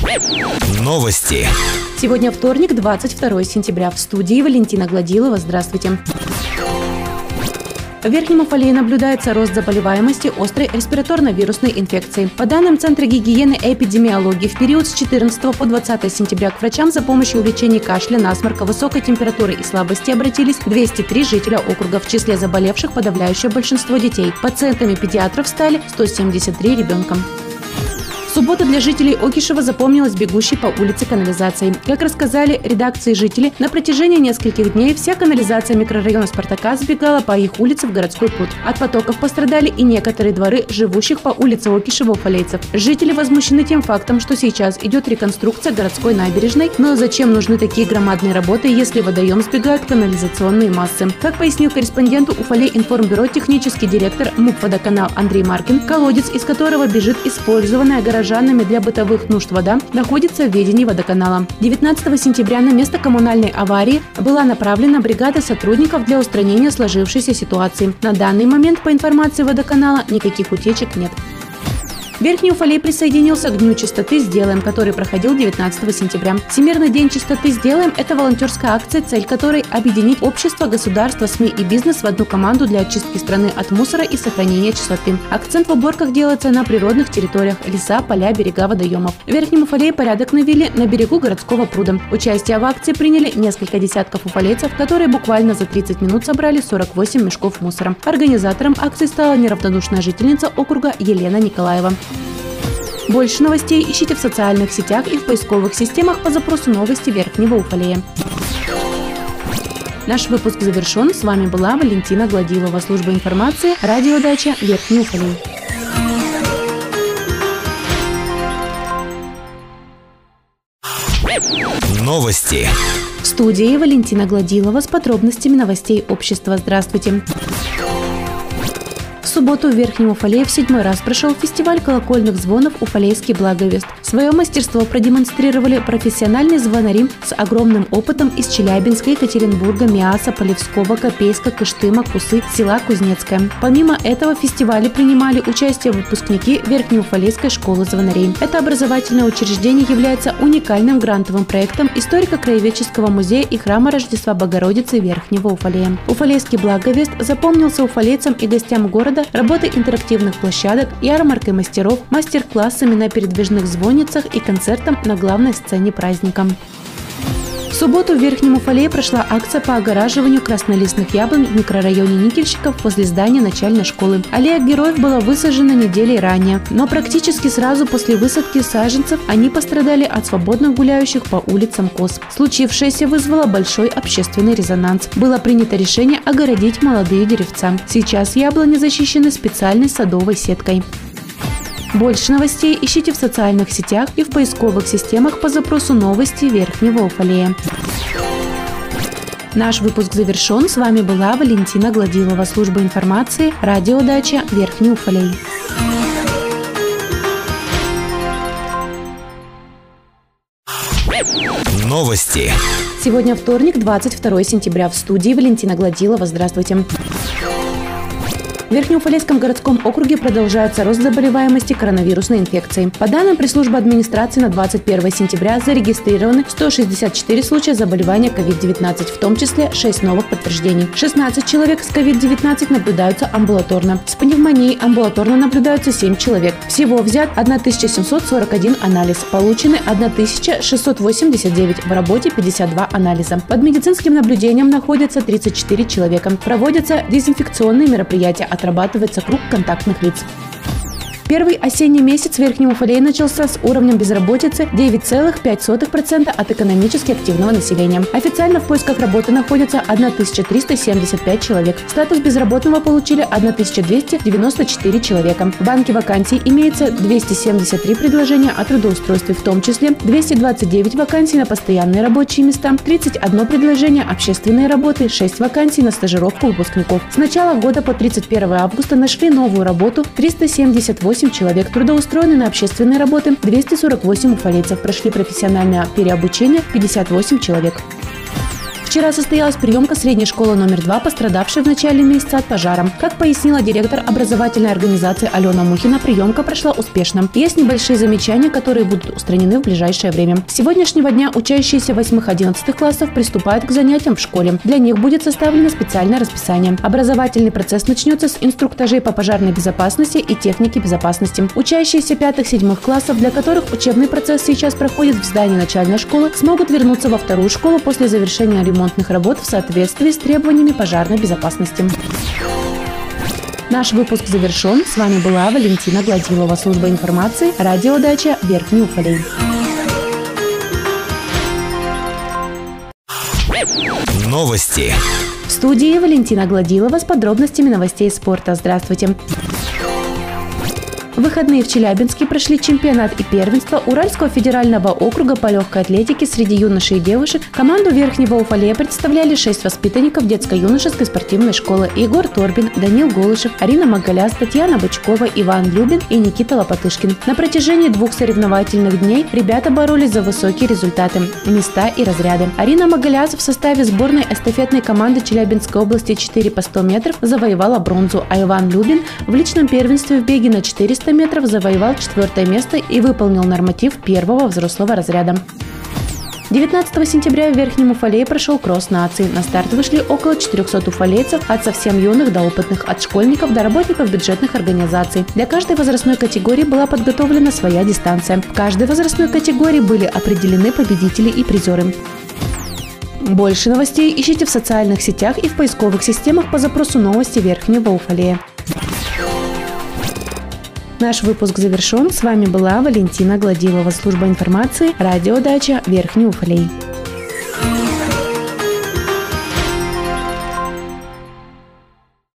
Новости. Сегодня вторник, 22 сентября. В студии Валентина Гладилова. Здравствуйте. В Верхнем Уфалее наблюдается рост заболеваемости острой респираторно-вирусной инфекцией. По данным Центра гигиены и эпидемиологии, в период с 14 по 20 сентября к врачам за помощью в лечении кашля, насморка, высокой температуры и слабости обратились 203 жителя округа. В числе заболевших подавляющее большинство детей. Пациентами педиатров стали 173 ребенка. В субботу для жителей Окишева запомнилась бегущей по улице канализацией. Как рассказали редакции жители, на протяжении нескольких дней вся канализация микрорайона Спартака сбегала по их улице в городской пруд. От потоков пострадали и некоторые дворы живущих по улице Окишева уфалейцев. Жители возмущены тем фактом, что сейчас идет реконструкция городской набережной, но зачем нужны такие громадные работы, если в водоем сбегают канализационные массы? Как пояснил корреспонденту Уфалей-информбюро технический директор МУП «Водоканал» Андрей Маркин, колодец, из которого бежит использованная горожанами для бытовых нужд вода, находится в ведении водоканала. 19 сентября на место коммунальной аварии была направлена бригада сотрудников для устранения сложившейся ситуации. На данный момент, по информации водоканала, никаких утечек нет. Верхний Уфалей присоединился к Дню чистоты «Сделаем», который проходил 19 сентября. Всемирный день чистоты «Сделаем» – это волонтерская акция, цель которой – объединить общество, государство, СМИ и бизнес в одну команду для очистки страны от мусора и сохранения чистоты. Акцент в уборках делается на природных территориях – леса, поля, берега водоемов. В Верхнем Уфалее порядок навели на берегу городского пруда. Участие в акции приняли несколько десятков уфалейцев, которые буквально за 30 минут собрали 48 мешков мусора. Организатором акции стала неравнодушная жительница округа Елена Николаева. Больше новостей ищите в социальных сетях и в поисковых системах по запросу «Новости Верхнего Уфалея». Наш выпуск завершен. С вами была Валентина Гладилова, служба информации, радиодача Верхний Уфалей. Новости. В студии Валентина Гладилова с подробностями новостей общества. Здравствуйте. В субботу в Верхнем Уфалее в 7-й раз прошел фестиваль колокольных звонов «Уфалейский благовест». Свое мастерство продемонстрировали профессиональные звонари с огромным опытом из Челябинска, Екатеринбурга, Миаса, Полевского, Копейска, Кыштыма, Кусы, села Кузнецкое. Помимо этого в фестивале принимали участие выпускники Верхнеуфалейской школы звонарей. Это образовательное учреждение является уникальным грантовым проектом историко-краеведческого музея и храма Рождества Богородицы Верхнего Уфалея. Уфалейский благовест запомнился уфалейцам и гостям города работой интерактивных площадок, ярмаркой мастеров, мастер-классами на передвижных звонницах и концертом на главной сцене праздника. В субботу в Верхнем Уфалее прошла акция по огораживанию краснолистных яблонь в микрорайоне Никельщиков возле здания начальной школы. Аллея героев была высажена неделей ранее, но практически сразу после высадки саженцев они пострадали от свободно гуляющих по улицам коз. Случившееся вызвало большой общественный резонанс. Было принято решение огородить молодые деревца. Сейчас яблони защищены специальной садовой сеткой. Больше новостей ищите в социальных сетях и в поисковых системах по запросу «Новости Верхнего Уфалея». Наш выпуск завершен. С вами была Валентина Гладилова, служба информации, радиодача Верхний Уфалей. Новости. Сегодня вторник, 22 сентября. В студии Валентина Гладилова. Здравствуйте. В Верхнеуфалейском городском округе продолжается рост заболеваемости коронавирусной инфекцией. По данным пресс-службы администрации, на 21 сентября зарегистрированы 164 случая заболевания COVID-19, в том числе 6 новых подтверждений. 16 человек с COVID-19 наблюдаются амбулаторно. С пневмонией амбулаторно наблюдаются 7 человек. Всего взят 1741 анализ. Получены 1689. В работе 52 анализа. Под медицинским наблюдением находятся 34 человека. Проводятся дезинфекционные мероприятия, отрабатывается круг контактных лиц. Первый осенний месяц в Верхнем Уфалее начался с уровнем безработицы 9,5% от экономически активного населения. Официально в поисках работы находятся 1375 человек. Статус безработного получили 1294 человека. В банке вакансий имеется 273 предложения о трудоустройстве, в том числе 229 вакансий на постоянные рабочие места, 31 предложение общественные работы, 6 вакансий на стажировку выпускников. С начала года по 31 августа нашли новую работу 378 человек, трудоустроены на общественные работы 248 уфалейцев, прошли профессиональное переобучение 58 человек. В Вчера состоялась приемка средней школы номер 2, пострадавшей в начале месяца от пожара. Как пояснила директор образовательной организации Алена Мухина, приемка прошла успешно. Есть небольшие замечания, которые будут устранены в ближайшее время. С сегодняшнего дня учащиеся 8-11 классов приступают к занятиям в школе. Для них будет составлено специальное расписание. Образовательный процесс начнется с инструктажей по пожарной безопасности и технике безопасности. Учащиеся 5-7 классов, для которых учебный процесс сейчас проходит в здании начальной школы, смогут вернуться во вторую школу после завершения ремонтных работ в соответствии с требованиями пожарной безопасности. Наш выпуск завершен. С вами была Валентина Гладилова, служба информации, радиодача Верхний Уфалей. Новости. В студии Валентина Гладилова с подробностями новостей спорта. Здравствуйте. В выходные в Челябинске прошли чемпионат и первенство Уральского федерального округа по легкой атлетике среди юношей и девушек. Команду Верхнего Уфалея представляли 6 воспитанников детско-юношеской спортивной школы: Егор Торбин, Данил Голышев, Арина Магаляс, Татьяна Бычкова, Иван Любин и Никита Лопатышкин. На протяжении 2 соревновательных дней ребята боролись за высокие результаты, места и разряды. Арина Магаляс в составе сборной эстафетной команды Челябинской области 4 по 100 метров завоевала бронзу, а Иван Любин в личном первенстве в беге на 400 метров завоевал 4 место и выполнил норматив первого взрослого разряда. 19 сентября в Верхнем Уфалее прошел кросс наций. На старт вышли около 400 уфалейцев, от совсем юных до опытных, от школьников до работников бюджетных организаций. Для каждой возрастной категории была подготовлена своя дистанция. В каждой возрастной категории были определены победители и призеры. Больше новостей ищите в социальных сетях и в поисковых системах по запросу «Новости Верхнего Уфалея». Наш выпуск завершен. С вами была Валентина Гладилова, служба информации, радиодача Верхний Уфалей.